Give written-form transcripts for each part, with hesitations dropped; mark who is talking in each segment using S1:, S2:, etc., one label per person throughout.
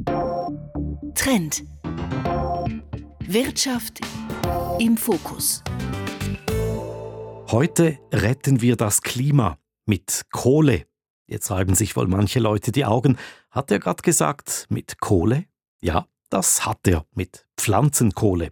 S1: Trend. Wirtschaft im Fokus.
S2: Heute retten wir das Klima mit Kohle. Jetzt reiben sich wohl manche Leute die Augen. Hat er gerade gesagt, mit Kohle? Ja, das hat er, mit Pflanzenkohle.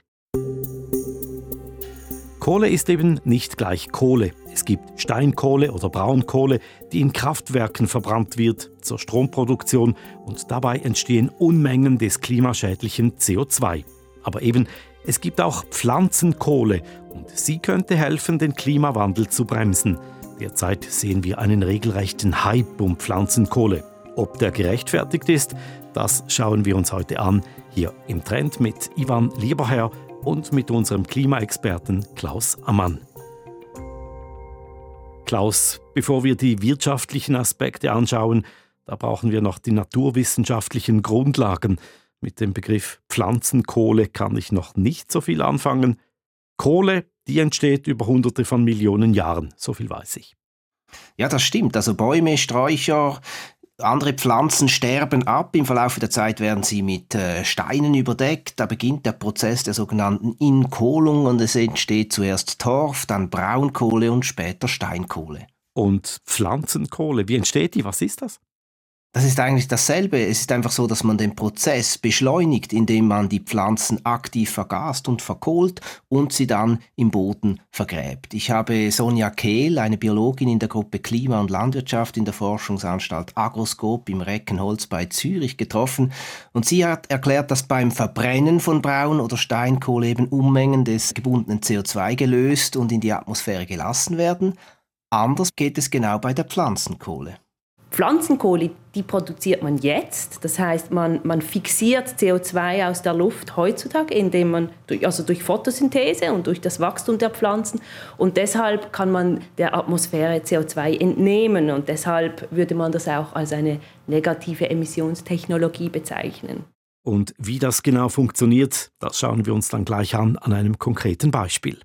S2: Kohle ist eben nicht gleich Kohle. Es gibt Steinkohle oder Braunkohle, die in Kraftwerken verbrannt wird zur Stromproduktion und dabei entstehen Unmengen des klimaschädlichen CO2. Aber eben, es gibt auch Pflanzenkohle und sie könnte helfen, den Klimawandel zu bremsen. Derzeit sehen wir einen regelrechten Hype um Pflanzenkohle. Ob der gerechtfertigt ist, das schauen wir uns heute an, hier im Trend mit Ivan Lieberherr und mit unserem Klimaexperten Klaus Ammann. Klaus, bevor wir die wirtschaftlichen Aspekte anschauen, da brauchen wir noch die naturwissenschaftlichen Grundlagen. Mit dem Begriff Pflanzenkohle kann ich noch nicht so viel anfangen. Kohle, die entsteht über Hunderte von Millionen Jahren, so viel weiß ich.
S3: Ja, das stimmt. Also Bäume, Sträucher, andere Pflanzen sterben ab. Im Verlauf der Zeit werden sie mit Steinen überdeckt. Da beginnt der Prozess der sogenannten Inkohlung und es entsteht zuerst Torf, dann Braunkohle und später Steinkohle.
S2: Und Pflanzenkohle, wie entsteht die? Was ist das?
S3: Das ist eigentlich dasselbe. Es ist einfach so, dass man den Prozess beschleunigt, indem man die Pflanzen aktiv vergast und verkohlt und sie dann im Boden vergräbt. Ich habe Sonja Kehl, eine Biologin in der Gruppe Klima und Landwirtschaft in der Forschungsanstalt Agroscope im Reckenholz bei Zürich getroffen und sie hat erklärt, dass beim Verbrennen von Braun- oder Steinkohle eben Unmengen des gebundenen CO2 gelöst und in die Atmosphäre gelassen werden. Anders geht es genau bei der Pflanzenkohle.
S4: Pflanzenkohle, die produziert man jetzt. Das heißt, man fixiert CO2 aus der Luft heutzutage, indem man durch Photosynthese und durch das Wachstum der Pflanzen. Und deshalb kann man der Atmosphäre CO2 entnehmen. Und deshalb würde man das auch als eine negative Emissionstechnologie bezeichnen.
S2: Und wie das genau funktioniert, das schauen wir uns dann gleich an einem konkreten Beispiel.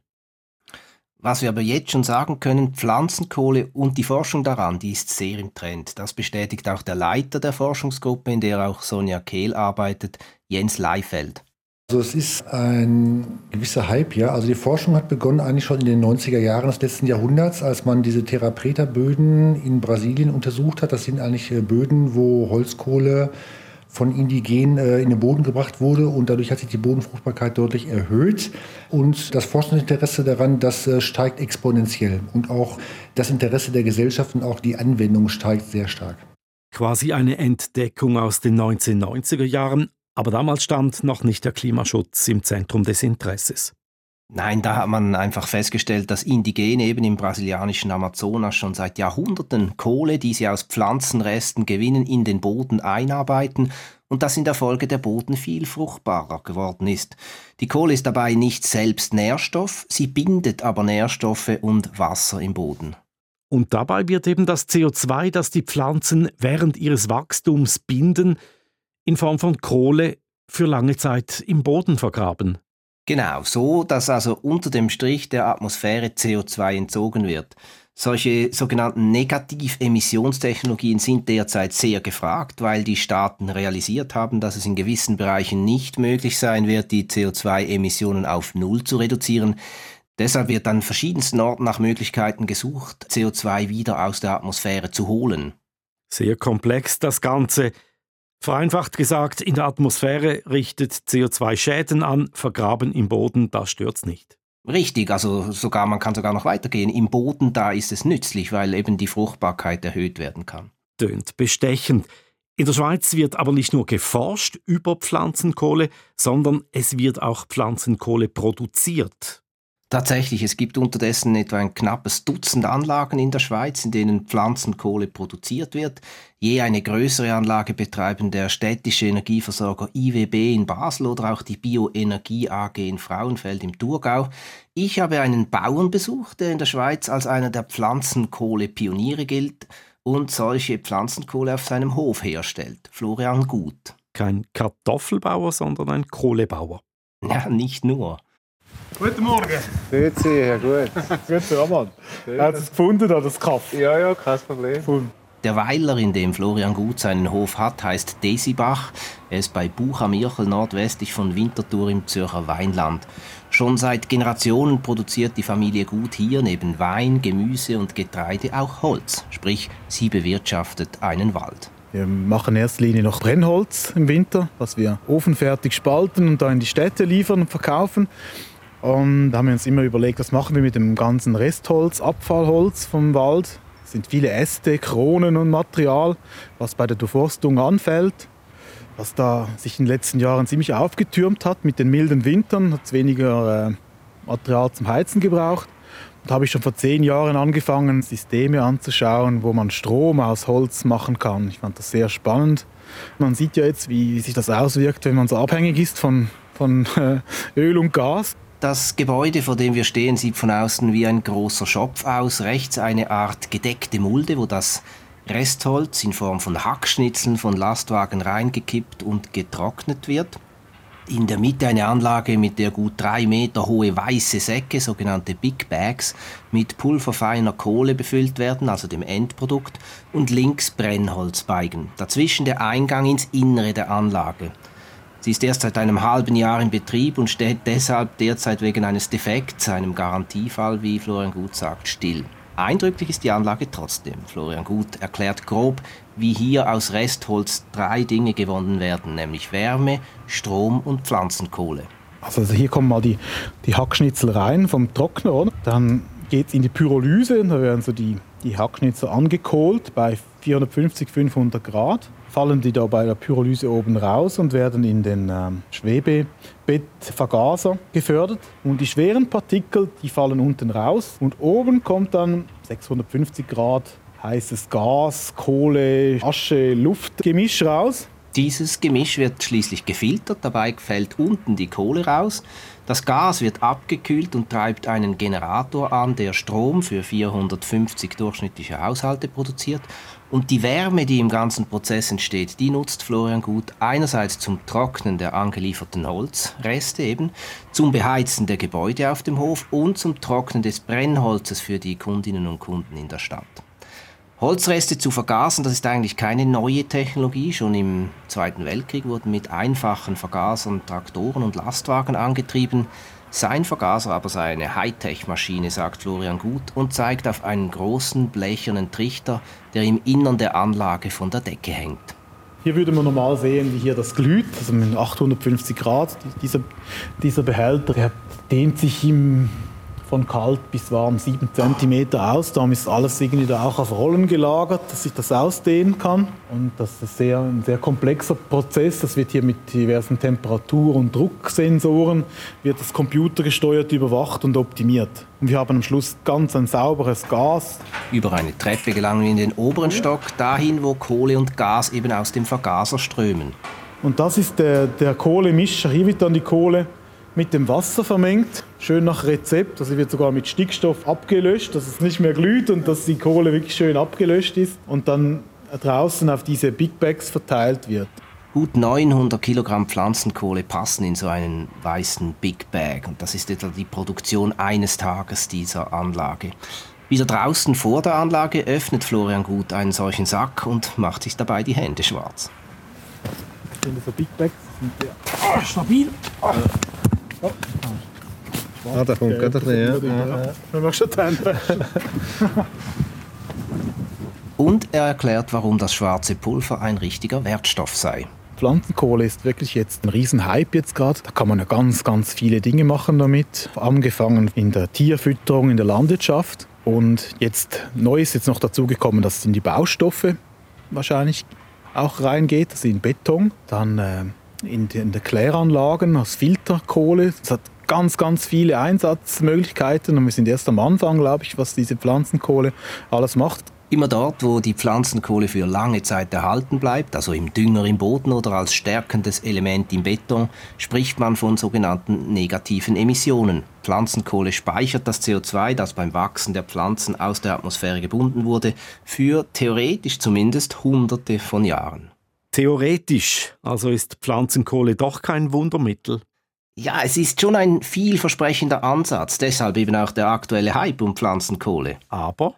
S3: Was wir aber jetzt schon sagen können, Pflanzenkohle und die Forschung daran, die ist sehr im Trend. Das bestätigt auch der Leiter der Forschungsgruppe, in der auch Sonja Kehl arbeitet, Jens Leifeld.
S5: Also es ist ein gewisser Hype, ja. Also die Forschung hat begonnen eigentlich schon in den 90er Jahren des letzten Jahrhunderts, als man diese Terra Preta-Böden in Brasilien untersucht hat. Das sind eigentlich Böden, wo Holzkohle von Indigenen in den Boden gebracht wurde und dadurch hat sich die Bodenfruchtbarkeit deutlich erhöht. Und das Forschungsinteresse daran, das steigt exponentiell. Und auch das Interesse der Gesellschaft und auch die Anwendung steigt sehr stark.
S2: Quasi eine Entdeckung aus den 1990er Jahren, aber damals stand noch nicht der Klimaschutz im Zentrum des Interesses.
S3: Nein, da hat man einfach festgestellt, dass Indigene eben im brasilianischen Amazonas schon seit Jahrhunderten Kohle, die sie aus Pflanzenresten gewinnen, in den Boden einarbeiten und dass in der Folge der Boden viel fruchtbarer geworden ist. Die Kohle ist dabei nicht selbst Nährstoff, sie bindet aber Nährstoffe und Wasser im Boden.
S2: Und dabei wird eben das CO2, das die Pflanzen während ihres Wachstums binden, in Form von Kohle für lange Zeit im Boden vergraben.
S3: Genau, so, dass also unter dem Strich der Atmosphäre CO2 entzogen wird. Solche sogenannten Negativemissionstechnologien sind derzeit sehr gefragt, weil die Staaten realisiert haben, dass es in gewissen Bereichen nicht möglich sein wird, die CO2-Emissionen auf Null zu reduzieren. Deshalb wird an verschiedensten Orten nach Möglichkeiten gesucht, CO2 wieder aus der Atmosphäre zu holen.
S2: Sehr komplex das Ganze. Vereinfacht gesagt, in der Atmosphäre richtet CO2 Schäden an, vergraben im Boden, das stört's nicht.
S3: Richtig, also man kann sogar noch weitergehen. Im Boden, da ist es nützlich, weil eben die Fruchtbarkeit erhöht werden kann.
S2: Tönt bestechend. In der Schweiz wird aber nicht nur geforscht über Pflanzenkohle, sondern es wird auch Pflanzenkohle produziert.
S3: Tatsächlich, es gibt unterdessen etwa ein knappes Dutzend Anlagen in der Schweiz, in denen Pflanzenkohle produziert wird. Je eine größere Anlage betreiben der städtische Energieversorger IWB in Basel oder auch die Bioenergie AG in Frauenfeld im Thurgau. Ich habe einen Bauern besucht, der in der Schweiz als einer der Pflanzenkohle-Pioniere gilt und solche Pflanzenkohle auf seinem Hof herstellt. Florian Gut.
S2: Kein Kartoffelbauer, sondern ein Kohlebauer.
S3: Ja, nicht nur.
S6: Guten Morgen.
S7: Grüezi, ja gut.
S6: Grüezi, Roman. Hat es gefunden, das Kaffee?
S7: Ja, kein Problem.
S6: Gefunden.
S3: Der Weiler, in dem Florian Guth seinen Hof hat, heißt Desibach. Er ist bei Buch am Irchel nordwestlich von Winterthur im Zürcher Weinland. Schon seit Generationen produziert die Familie Guth hier neben Wein, Gemüse und Getreide auch Holz. Sprich, sie bewirtschaftet einen Wald.
S6: Wir machen in erster Linie noch Brennholz im Winter, was wir ofenfertig spalten und da in die Städte liefern und verkaufen. Und da haben wir uns immer überlegt, was machen wir mit dem ganzen Restholz, Abfallholz vom Wald. Es sind viele Äste, Kronen und Material, was bei der Durchforstung anfällt. Was da sich in den letzten Jahren ziemlich aufgetürmt hat mit den milden Wintern, hat es weniger Material zum Heizen gebraucht. Da habe ich schon vor 10 Jahren angefangen, Systeme anzuschauen, wo man Strom aus Holz machen kann. Ich fand das sehr spannend. Man sieht ja jetzt, wie sich das auswirkt, wenn man so abhängig ist von Öl und Gas.
S3: Das Gebäude, vor dem wir stehen, sieht von außen wie ein großer Schopf aus. Rechts eine Art gedeckte Mulde, wo das Restholz in Form von Hackschnitzeln von Lastwagen reingekippt und getrocknet wird. In der Mitte eine Anlage, mit der gut 3 Meter hohe weiße Säcke, sogenannte Big Bags, mit pulverfeiner Kohle befüllt werden, also dem Endprodukt, und links Brennholzbalken. Dazwischen der Eingang ins Innere der Anlage. Sie ist erst seit einem halben Jahr in Betrieb und steht deshalb derzeit wegen eines Defekts, einem Garantiefall, wie Florian Guth sagt, still. Eindrücklich ist die Anlage trotzdem. Florian Guth erklärt grob, wie hier aus Restholz 3 Dinge gewonnen werden, nämlich Wärme, Strom und Pflanzenkohle.
S6: Also hier kommen mal die Hackschnitzel rein vom Trockner, oder? Dann geht es in die Pyrolyse und da werden so die Hackschnitzel angekohlt bei 450, 500 Grad. Fallen die da bei der Pyrolyse oben raus und werden in den Schwebebettvergaser gefördert. Und die schweren Partikel, die fallen unten raus. Und oben kommt dann 650 Grad heißes Gas, Kohle, Asche, Luftgemisch raus.
S3: Dieses Gemisch wird schließlich gefiltert, dabei fällt unten die Kohle raus. Das Gas wird abgekühlt und treibt einen Generator an, der Strom für 450 durchschnittliche Haushalte produziert. Und die Wärme, die im ganzen Prozess entsteht, die nutzt Florian Guth einerseits zum Trocknen der angelieferten Holzreste eben, zum Beheizen der Gebäude auf dem Hof und zum Trocknen des Brennholzes für die Kundinnen und Kunden in der Stadt. Holzreste zu vergasen, das ist eigentlich keine neue Technologie. Schon im Zweiten Weltkrieg wurden mit einfachen Vergasern Traktoren und Lastwagen angetrieben. Sein Vergaser aber sei eine Hightech-Maschine, sagt Florian Guth und zeigt auf einen großen blechernen Trichter, der im Innern der Anlage von der Decke hängt.
S6: Hier würde man normal sehen, wie hier das glüht, also mit 850 Grad. Dieser Behälter, der dehnt sich von kalt bis warm 7 cm aus. Darum ist alles irgendwie da auch auf Rollen gelagert, dass sich das ausdehnen kann. Und das ist ein sehr komplexer Prozess. Das wird hier mit diversen Temperatur- und Drucksensoren wird das computergesteuert überwacht und optimiert. Und wir haben am Schluss ganz ein sauberes Gas.
S3: Über eine Treppe gelangen wir in den oberen Stock, dahin, wo Kohle und Gas eben aus dem Vergaser strömen.
S6: Und das ist der Kohlemischer. Hier wird dann die Kohle mit dem Wasser vermengt, schön nach Rezept. Also wird sogar mit Stickstoff abgelöscht, dass es nicht mehr glüht und dass die Kohle wirklich schön abgelöscht ist und dann draußen auf diese Big Bags verteilt wird.
S3: Gut 900 Kilogramm Pflanzenkohle passen in so einen weißen Big Bag. Und das ist etwa die Produktion eines Tages dieser Anlage. Wieder draußen vor der Anlage öffnet Florian Guth einen solchen Sack und macht sich dabei die Hände schwarz.
S6: So Big Bags sind sehr stabil.
S7: Da kommt gerade ein bisschen, ja.
S6: Man mag schon die Hände.
S3: Und er erklärt, warum das schwarze Pulver ein richtiger Wertstoff sei.
S6: Pflanzenkohle ist wirklich jetzt ein Riesenhype jetzt gerade. Da kann man ja ganz, ganz viele Dinge machen damit. Angefangen in der Tierfütterung, in der Landwirtschaft. Und jetzt neu ist jetzt noch dazu gekommen, dass es in die Baustoffe wahrscheinlich auch reingeht, also in Beton. Dann in den Kläranlagen als Filterkohle. Es hat ganz, ganz viele Einsatzmöglichkeiten und wir sind erst am Anfang, glaube ich, was diese Pflanzenkohle alles macht.
S3: Immer dort, wo die Pflanzenkohle für lange Zeit erhalten bleibt, also im Dünger im Boden oder als stärkendes Element im Beton, spricht man von sogenannten negativen Emissionen. Pflanzenkohle speichert das CO2, das beim Wachsen der Pflanzen aus der Atmosphäre gebunden wurde, für theoretisch zumindest Hunderte von Jahren.
S2: Theoretisch, also ist Pflanzenkohle doch kein Wundermittel?
S3: Ja, es ist schon ein vielversprechender Ansatz, deshalb eben auch der aktuelle Hype um Pflanzenkohle.
S2: Aber?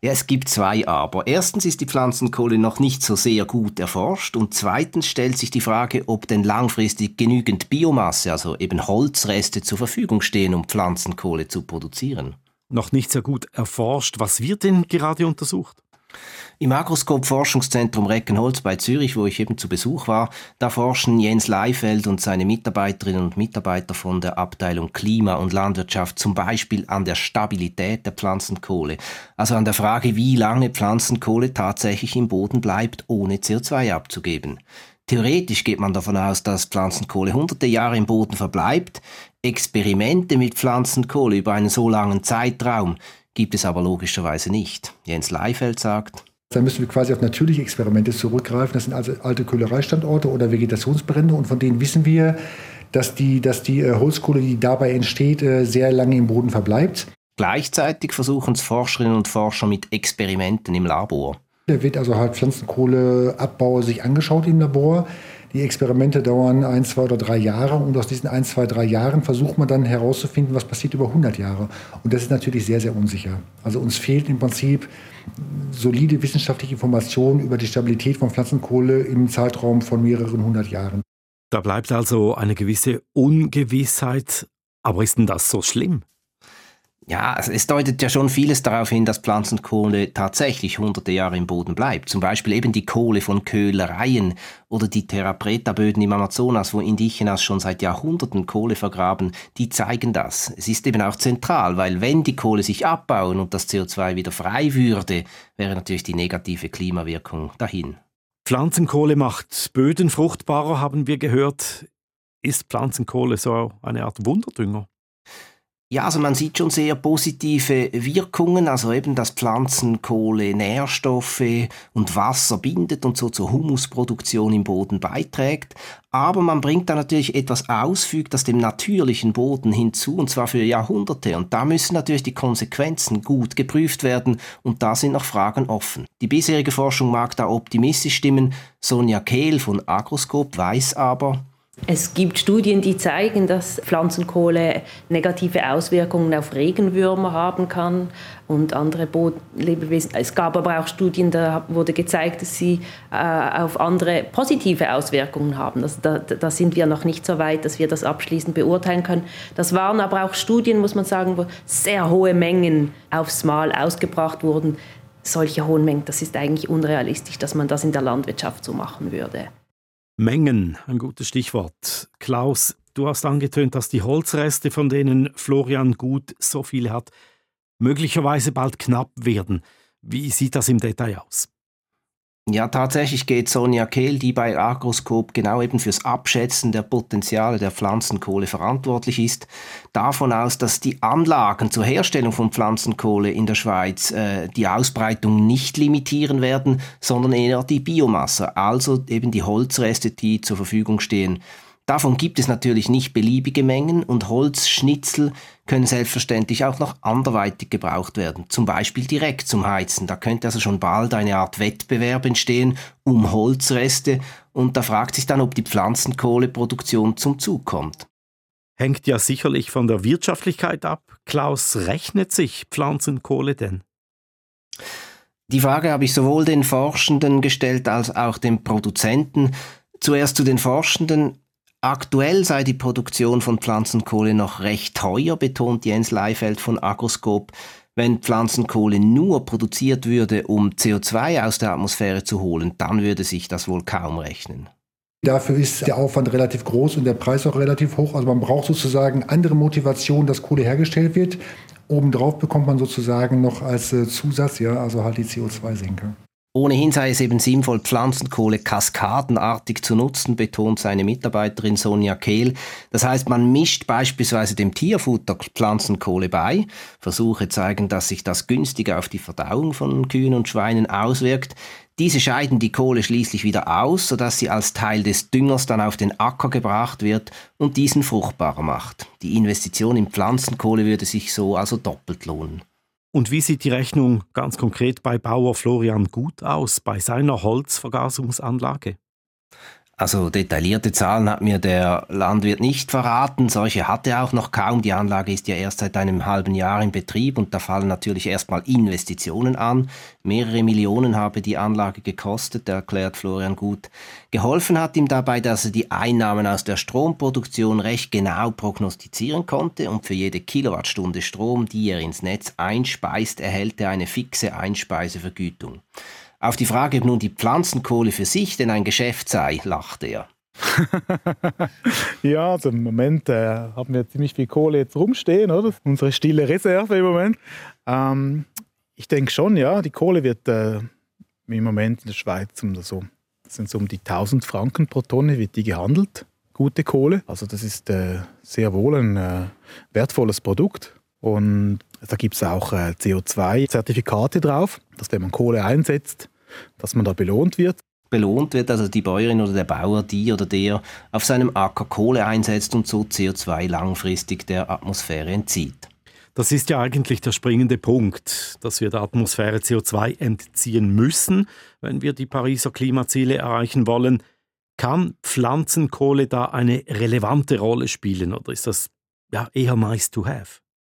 S3: Ja, es gibt zwei Aber. Erstens ist die Pflanzenkohle noch nicht so sehr gut erforscht und zweitens stellt sich die Frage, ob denn langfristig genügend Biomasse, also eben Holzreste, zur Verfügung stehen, um Pflanzenkohle zu produzieren.
S2: Noch nicht sehr gut erforscht. Was wird denn gerade untersucht?
S3: Im Agroscope-Forschungszentrum Reckenholz bei Zürich, wo ich eben zu Besuch war, da forschen Jens Leifeld und seine Mitarbeiterinnen und Mitarbeiter von der Abteilung Klima und Landwirtschaft zum Beispiel an der Stabilität der Pflanzenkohle, also an der Frage, wie lange Pflanzenkohle tatsächlich im Boden bleibt, ohne CO2 abzugeben. Theoretisch geht man davon aus, dass Pflanzenkohle hunderte Jahre im Boden verbleibt. Experimente mit Pflanzenkohle über einen so langen Zeitraum gibt es aber logischerweise nicht. Jens Leifeld sagt:
S5: Da müssen wir quasi auf natürliche Experimente zurückgreifen. Das sind also alte Köhlereistandorte oder Vegetationsbrände. Und von denen wissen wir, dass die Holzkohle, die dabei entsteht, sehr lange im Boden verbleibt.
S3: Gleichzeitig versuchen es Forscherinnen und Forscher mit Experimenten im Labor.
S5: Da wird also halt Pflanzenkohleabbau sich angeschaut im Labor. Die Experimente dauern 1, 2 oder 3 Jahre und aus diesen 1, 2, 3 Jahren versucht man dann herauszufinden, was passiert über 100 Jahre. Und das ist natürlich sehr, sehr unsicher. Also uns fehlt im Prinzip solide wissenschaftliche Informationen über die Stabilität von Pflanzenkohle im Zeitraum von mehreren 100 Jahren.
S2: Da bleibt also eine gewisse Ungewissheit. Aber ist denn das so schlimm?
S3: Ja, es deutet ja schon vieles darauf hin, dass Pflanzenkohle tatsächlich hunderte Jahre im Boden bleibt. Zum Beispiel eben die Kohle von Köhlereien oder die Terra Preta-Böden im Amazonas, wo Indigenas schon seit Jahrhunderten Kohle vergraben, die zeigen das. Es ist eben auch zentral, weil wenn die Kohle sich abbauen und das CO2 wieder frei würde, wäre natürlich die negative Klimawirkung dahin.
S2: Pflanzenkohle macht Böden fruchtbarer, haben wir gehört. Ist Pflanzenkohle so eine Art Wunderdünger?
S3: Ja, also man sieht schon sehr positive Wirkungen, also eben, dass Pflanzenkohle Nährstoffe und Wasser bindet und so zur Humusproduktion im Boden beiträgt. Aber man bringt da natürlich etwas aus, fügt das dem natürlichen Boden hinzu, und zwar für Jahrhunderte. Und da müssen natürlich die Konsequenzen gut geprüft werden und da sind noch Fragen offen. Die bisherige Forschung mag da optimistisch stimmen. Sonja Kehl von Agroscope weiß aber:
S4: Es gibt Studien, die zeigen, dass Pflanzenkohle negative Auswirkungen auf Regenwürmer haben kann und andere Bodenlebewesen. Es gab aber auch Studien, da wurde gezeigt, dass sie auf andere positive Auswirkungen haben. Also da sind wir noch nicht so weit, dass wir das abschließend beurteilen können. Das waren aber auch Studien, muss man sagen, wo sehr hohe Mengen aufs Mal ausgebracht wurden. Solche hohen Mengen, das ist eigentlich unrealistisch, dass man das in der Landwirtschaft so machen würde.
S2: Mengen, ein gutes Stichwort. Klaus, du hast angetönt, dass die Holzreste, von denen Florian Gut so viele hat, möglicherweise bald knapp werden. Wie sieht das im Detail aus?
S3: Ja, tatsächlich geht Sonja Kehl, die bei Agroscope genau eben fürs Abschätzen der Potenziale der Pflanzenkohle verantwortlich ist, davon aus, dass die Anlagen zur Herstellung von Pflanzenkohle in der Schweiz die Ausbreitung nicht limitieren werden, sondern eher die Biomasse, also eben die Holzreste, die zur Verfügung stehen. Davon gibt es natürlich nicht beliebige Mengen und Holzschnitzel können selbstverständlich auch noch anderweitig gebraucht werden, zum Beispiel direkt zum Heizen. Da könnte also schon bald eine Art Wettbewerb entstehen um Holzreste und da fragt sich dann, ob die Pflanzenkohleproduktion zum Zug kommt.
S2: Hängt ja sicherlich von der Wirtschaftlichkeit ab. Klaus, rechnet sich Pflanzenkohle denn?
S3: Die Frage habe ich sowohl den Forschenden gestellt als auch den Produzenten. Zuerst zu den Forschenden. Aktuell sei die Produktion von Pflanzenkohle noch recht teuer, betont Jens Leifeld von Agroscope. Wenn Pflanzenkohle nur produziert würde, um CO2 aus der Atmosphäre zu holen, dann würde sich das wohl kaum rechnen.
S5: Dafür ist der Aufwand relativ groß und der Preis auch relativ hoch. Also man braucht sozusagen andere Motivation, dass Kohle hergestellt wird. Obendrauf bekommt man sozusagen noch als Zusatz, also halt die CO2-Senke.
S3: Ohnehin sei es eben sinnvoll, Pflanzenkohle kaskadenartig zu nutzen, betont seine Mitarbeiterin Sonja Kehl. Das heißt, man mischt beispielsweise dem Tierfutter Pflanzenkohle bei. Versuche zeigen, dass sich das günstiger auf die Verdauung von Kühen und Schweinen auswirkt. Diese scheiden die Kohle schließlich wieder aus, sodass sie als Teil des Düngers dann auf den Acker gebracht wird und diesen fruchtbarer macht. Die Investition in Pflanzenkohle würde sich so also doppelt lohnen.
S2: Und wie sieht die Rechnung ganz konkret bei Bauer Florian Gut aus, bei seiner Holzvergasungsanlage?
S3: Also detaillierte Zahlen hat mir der Landwirt nicht verraten. Solche hat er auch noch kaum. Die Anlage ist ja erst seit einem halben Jahr in Betrieb und da fallen natürlich erstmal Investitionen an. Mehrere Millionen habe die Anlage gekostet, erklärt Florian Gut. Geholfen hat ihm dabei, dass er die Einnahmen aus der Stromproduktion recht genau prognostizieren konnte und für jede Kilowattstunde Strom, die er ins Netz einspeist, erhält er eine fixe Einspeisevergütung. Auf die Frage, ob nun die Pflanzenkohle für sich denn ein Geschäft sei, lachte er.
S6: Ja, also im Moment haben wir ziemlich viel Kohle jetzt rumstehen, oder? Unsere stille Reserve im Moment. Ich denke schon, ja, die Kohle wird im Moment in der Schweiz das sind so um die 1000 Franken pro Tonne wird die gehandelt. Gute Kohle. Also das ist sehr wohl ein wertvolles Produkt. Und da gibt es auch CO2-Zertifikate drauf, dass wenn man Kohle einsetzt, dass man da belohnt wird.
S3: Belohnt wird also die Bäuerin oder der Bauer, die oder der auf seinem Acker Kohle einsetzt und so CO2 langfristig der Atmosphäre entzieht.
S2: Das ist ja eigentlich der springende Punkt, dass wir der Atmosphäre CO2 entziehen müssen, wenn wir die Pariser Klimaziele erreichen wollen. Kann Pflanzenkohle da eine relevante Rolle spielen oder ist das ja eher nice to have?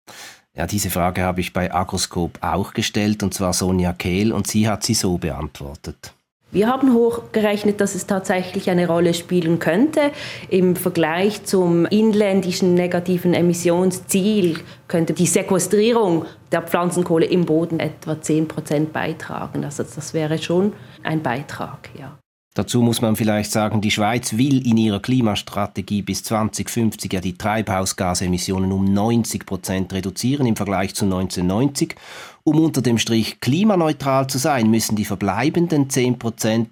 S3: Ja, diese Frage habe ich bei Agroscope auch gestellt, und zwar Sonja Kehl, und sie hat sie so beantwortet.
S4: Wir haben hochgerechnet, dass es tatsächlich eine Rolle spielen könnte. Im Vergleich zum inländischen negativen Emissionsziel könnte die Sequestrierung der Pflanzenkohle im Boden etwa 10% beitragen. Also das wäre schon ein Beitrag, ja.
S3: Dazu muss man vielleicht sagen, die Schweiz will in ihrer Klimastrategie bis 2050 ja die Treibhausgasemissionen um 90% reduzieren im Vergleich zu 1990. Um unter dem Strich klimaneutral zu sein, müssen die verbleibenden 10%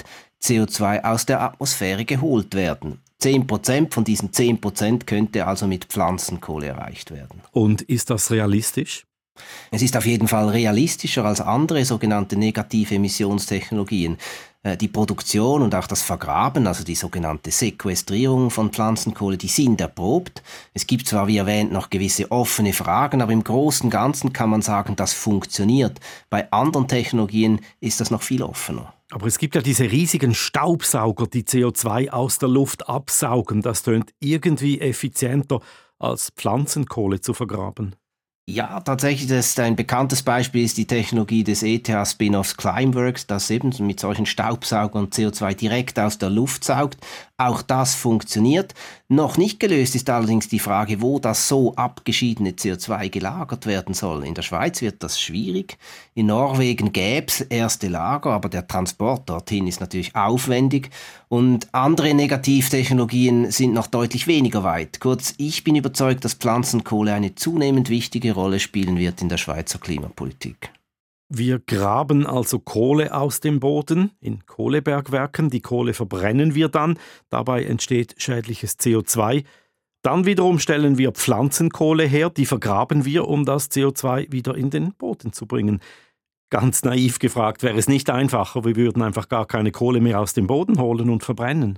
S3: CO2 aus der Atmosphäre geholt werden. 10% von diesen 10% könnte also mit Pflanzenkohle erreicht werden.
S2: Und ist das realistisch?
S3: Es ist auf jeden Fall realistischer als andere sogenannte negative Emissionstechnologien. Die Produktion und auch das Vergraben, also die sogenannte Sequestrierung von Pflanzenkohle, die sind erprobt. Es gibt zwar, wie erwähnt, noch gewisse offene Fragen, aber im Großen und Ganzen kann man sagen, das funktioniert. Bei anderen Technologien ist das noch viel offener.
S2: Aber es gibt ja diese riesigen Staubsauger, die CO2 aus der Luft absaugen. Das tönt irgendwie effizienter, als Pflanzenkohle zu vergraben.
S3: Ja, tatsächlich, das ist ein bekanntes Beispiel ist die Technologie des ETH-Spin-offs Climeworks, das eben mit solchen Staubsaugern CO2 direkt aus der Luft saugt. Auch das funktioniert. Noch nicht gelöst ist allerdings die Frage, wo das so abgeschiedene CO2 gelagert werden soll. In der Schweiz wird das schwierig. In Norwegen gäbe es erste Lager, aber der Transport dorthin ist natürlich aufwendig. Und andere Negativtechnologien sind noch deutlich weniger weit. Kurz, ich bin überzeugt, dass Pflanzenkohle eine zunehmend wichtige Rolle spielen wird in der Schweizer Klimapolitik.
S2: Wir graben also Kohle aus dem Boden in Kohlebergwerken. Die Kohle verbrennen wir dann. Dabei entsteht schädliches CO2. Dann wiederum stellen wir Pflanzenkohle her. Die vergraben wir, um das CO2 wieder in den Boden zu bringen. Ganz naiv gefragt, wäre es nicht einfacher? Wir würden einfach gar keine Kohle mehr aus dem Boden holen und verbrennen.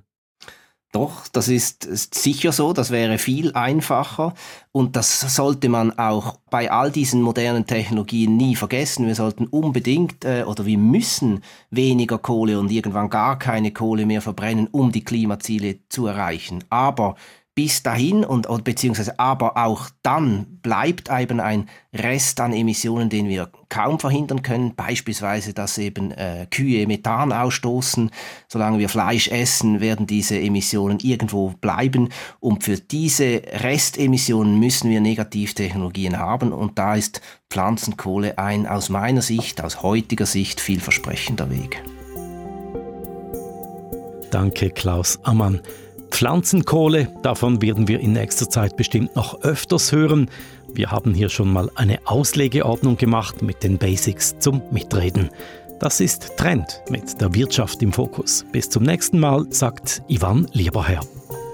S3: Doch, das ist sicher so, das wäre viel einfacher und das sollte man auch bei all diesen modernen Technologien nie vergessen. Wir sollten unbedingt oder wir müssen weniger Kohle und irgendwann gar keine Kohle mehr verbrennen, um die Klimaziele zu erreichen. Aber bis dahin beziehungsweise aber auch dann bleibt eben ein Rest an Emissionen, den wir kaum verhindern können. Beispielsweise, dass eben Kühe Methan ausstoßen. Solange wir Fleisch essen, werden diese Emissionen irgendwo bleiben. Und für diese Restemissionen müssen wir Negativtechnologien haben. Und da ist Pflanzenkohle ein aus meiner Sicht, aus heutiger Sicht vielversprechender Weg.
S2: Danke, Klaus Ammann. Pflanzenkohle, davon werden wir in nächster Zeit bestimmt noch öfters hören. Wir haben hier schon mal eine Auslegeordnung gemacht mit den Basics zum Mitreden. Das ist Trend mit der Wirtschaft im Fokus. Bis zum nächsten Mal, sagt Ivan Lieberherr.